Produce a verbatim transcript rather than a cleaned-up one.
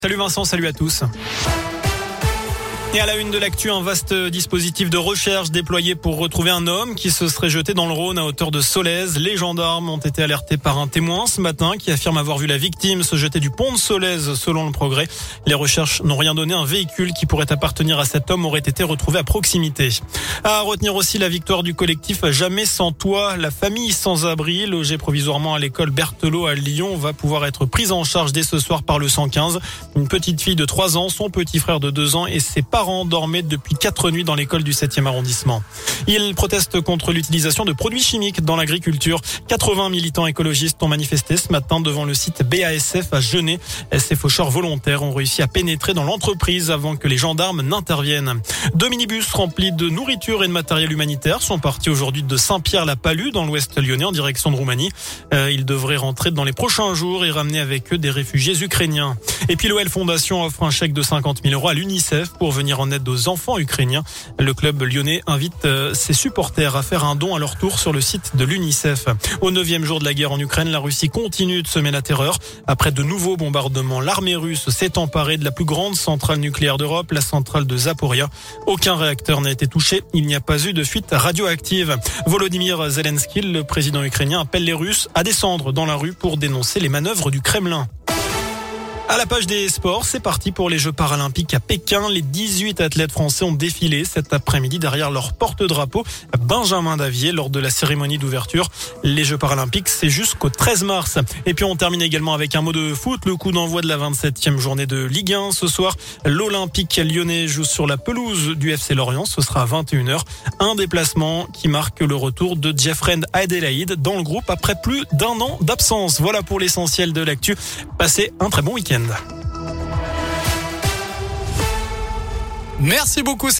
Salut Vincent, salut à tous. Et à la une de l'actu, un vaste dispositif de recherche déployé pour retrouver un homme qui se serait jeté dans le Rhône à hauteur de Solèze. Les gendarmes ont été alertés par un témoin ce matin qui affirme avoir vu la victime se jeter du pont de Solèze selon le Progrès. Les recherches n'ont rien donné. Un véhicule qui pourrait appartenir à cet homme aurait été retrouvé à proximité. À retenir aussi la victoire du collectif Jamais sans toit. La famille sans abri, logée provisoirement à l'école Berthelot à Lyon, va pouvoir être prise en charge dès ce soir par le cent quinze. Une petite fille de trois ans, son petit frère de deux ans et ses parents dormaient depuis quatre nuits dans l'école du septième arrondissement. Ils protestent contre l'utilisation de produits chimiques dans l'agriculture. quatre-vingts militants écologistes ont manifesté ce matin devant le site B A S F à Genêt. Ces faucheurs volontaires ont réussi à pénétrer dans l'entreprise avant que les gendarmes n'interviennent. Deux minibus remplis de nourriture et de matériel humanitaire sont partis aujourd'hui de Saint-Pierre-la-Palue dans l'ouest lyonnais en direction de Roumanie. Euh, ils devraient rentrer dans les prochains jours et ramener avec eux des réfugiés ukrainiens. Et puis l'O L Fondation offre un chèque de cinquante mille euros à l'UNICEF pour venir en aide aux enfants ukrainiens. Le club lyonnais invite ses supporters à faire un don à leur tour sur le site de l'UNICEF. Au neuvième jour de la guerre en Ukraine, la Russie continue de semer la terreur. Après de nouveaux bombardements, l'armée russe s'est emparée de la plus grande centrale nucléaire d'Europe, la centrale de Zaporia. Aucun réacteur n'a été touché. Il n'y a pas eu de fuite radioactive. Volodymyr Zelensky, le président ukrainien, appelle les Russes à descendre dans la rue pour dénoncer les manœuvres du Kremlin. À la page des sports, c'est parti pour les Jeux paralympiques à Pékin. Les dix-huit athlètes français ont défilé cet après-midi derrière leur porte-drapeau Benjamin Davier lors de la cérémonie d'ouverture. Les Jeux paralympiques, c'est jusqu'au treize mars. Et puis on termine également avec un mot de foot. Le coup d'envoi de la vingt-septième journée de Ligue un. Ce soir, l'Olympique lyonnais joue sur la pelouse du F C Lorient. Ce sera à vingt et une heures. Un déplacement qui marque le retour de Jeffrey Adélaïde dans le groupe après plus d'un an d'absence. Voilà pour l'essentiel de l'actu. Passez un très bon week-end. Merci beaucoup.